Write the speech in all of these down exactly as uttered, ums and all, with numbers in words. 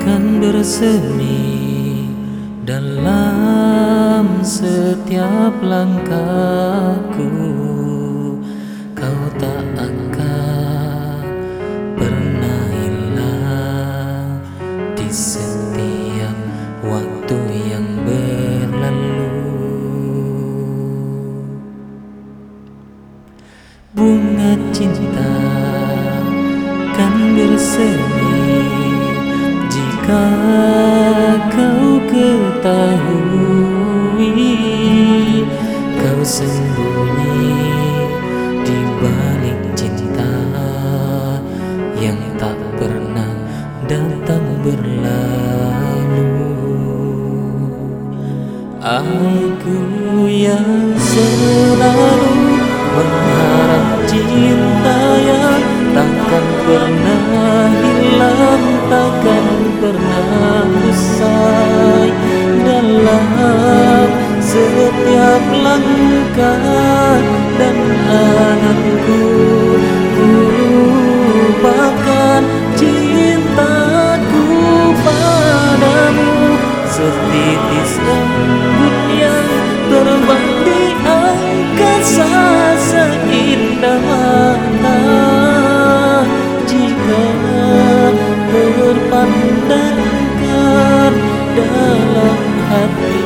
Kan bersemi dalam setiap langkahku. Kau tak akan pernah hilang di setiap waktu yang berlalu. Bunga cinta kan bersemi jika kau ketahui kau sembunyi di balik cinta yang tak pernah datang berlalu. Aku yang selalu mengharap cinta yang takkan pernah hilang, takkan pernah usai dalam setiap langkah dan anganku. Ku lupakan cintaku padamu, setitis embun yang terbang di angkasa seindah mata jika terpandangkan dalam hati.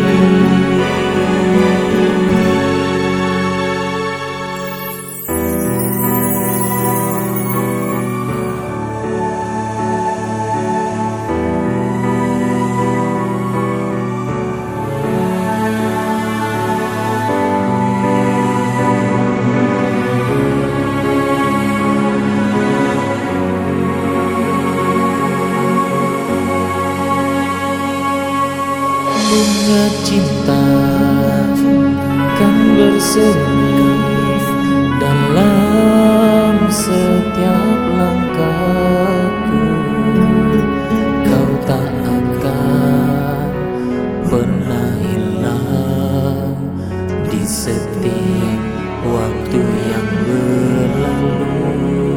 Bunga cinta kan bersemi dalam setiap langkahku. Kau tak akan pernah hilang di setiap waktu yang berlalu.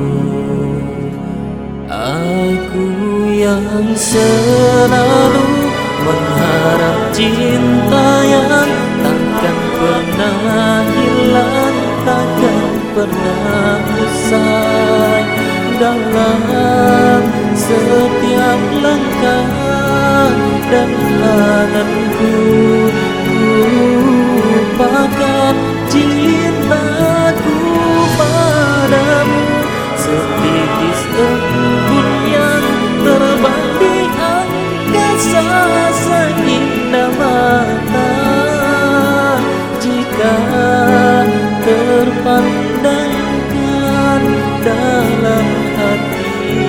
Aku yang selalu mengharap cinta yang takkan pernah hilang, takkan pernah usai dalam setiap langkah dan anganku. Ku lupakan cintaku padamu, setitis embun yang terbang di angkasa seindah mata jika terpandangkan dalam hati.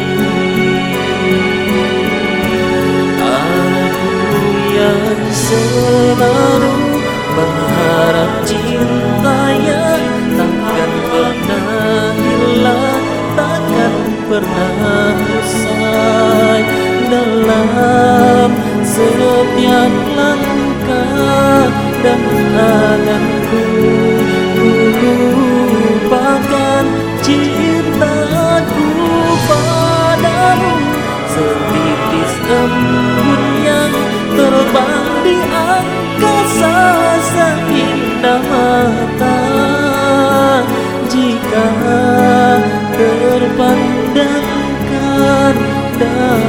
Aku yang selalu mengharap cinta yang takkan pernah hilang, takkan pernah usai dalam setiap langkah dan anganku. Ku lupakan cintaku padamu, setitis embun yang terbang di angkasa seindah mata jika terpandangkan dalam